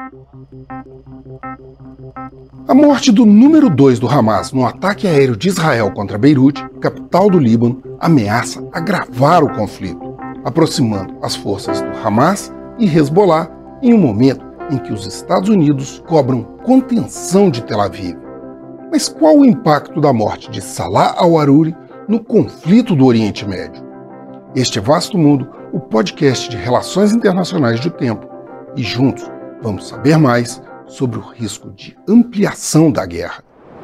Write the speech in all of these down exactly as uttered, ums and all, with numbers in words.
A morte do número dois do Hamas no ataque aéreo de Israel contra Beirute, capital do Líbano, ameaça agravar o conflito, aproximando as forças do Hamas e Hezbollah em um momento em que os Estados Unidos cobram contenção de Tel Aviv. Mas qual o impacto da morte de Salah al-Aruri no conflito do Oriente Médio? Este é Vasto Mundo, o podcast de Relações Internacionais do Tempo, e juntos vamos saber mais sobre o risco de ampliação da guerra.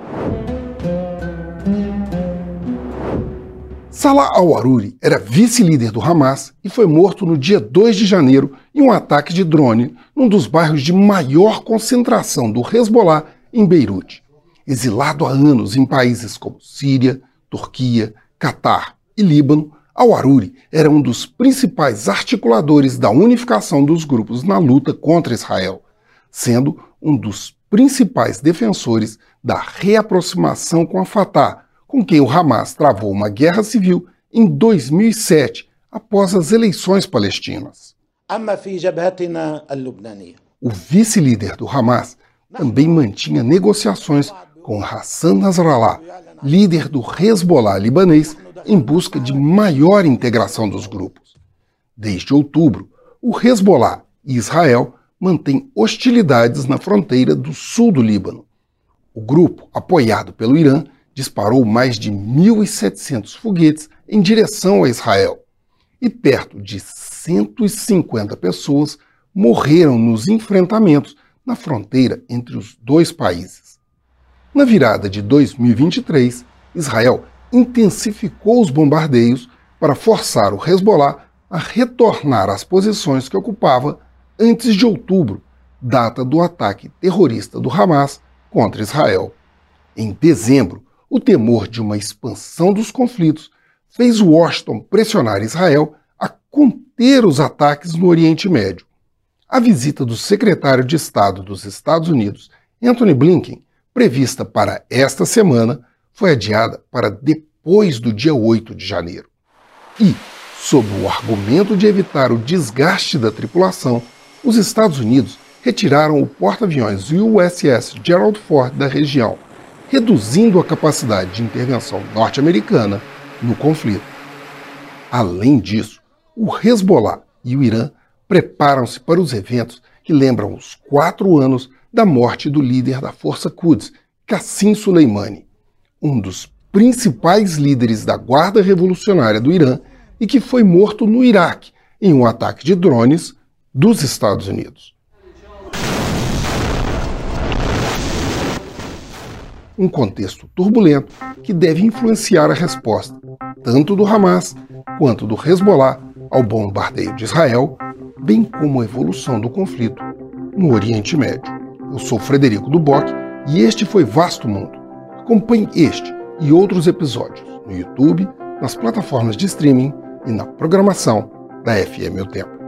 Salah al-Aruri era vice-líder do Hamas e foi morto no dia dois de janeiro em um ataque de drone num dos bairros de maior concentração do Hezbollah em Beirute. Exilado há anos em países como Síria, Turquia, Catar e Líbano, al-Aruri era um dos principais articuladores da unificação dos grupos na luta contra Israel, sendo um dos principais defensores da reaproximação com a Fatah, com quem o Hamas travou uma guerra civil em dois mil e sete, após as eleições palestinas. O vice-líder do Hamas também mantinha negociações com Hassan Nasrallah, líder do Hezbollah libanês, em busca de maior integração dos grupos. Desde outubro, o Hezbollah e Israel mantêm hostilidades na fronteira do sul do Líbano. O grupo, apoiado pelo Irã, disparou mais de mil e setecentos foguetes em direção a Israel, e perto de cento e cinquenta pessoas morreram nos enfrentamentos na fronteira entre os dois países. Na virada de dois mil e vinte e três, Israel intensificou os bombardeios para forçar o Hezbollah a retornar às posições que ocupava antes de outubro, data do ataque terrorista do Hamas contra Israel. Em dezembro, o temor de uma expansão dos conflitos fez Washington pressionar Israel a conter os ataques no Oriente Médio. A visita do secretário de Estado dos Estados Unidos, Antony Blinken, prevista para esta semana, foi adiada para depois do dia oito de janeiro. E, sob o argumento de evitar o desgaste da tripulação, os Estados Unidos retiraram o porta-aviões U S S Gerald Ford da região, reduzindo a capacidade de intervenção norte-americana no conflito. Além disso, o Hezbollah e o Irã preparam-se para os eventos que lembram os quatro anos da morte do líder da Força Quds, Qassim Soleimani, um dos principais líderes da Guarda Revolucionária do Irã e que foi morto no Iraque em um ataque de drones dos Estados Unidos. Um contexto turbulento que deve influenciar a resposta, tanto do Hamas quanto do Hezbollah ao bombardeio de Israel, bem como a evolução do conflito no Oriente Médio. Eu sou Frederico Duboc e este foi Vasto Mundo. Acompanhe este e outros episódios no YouTube, nas plataformas de streaming e na programação da F M O Tempo.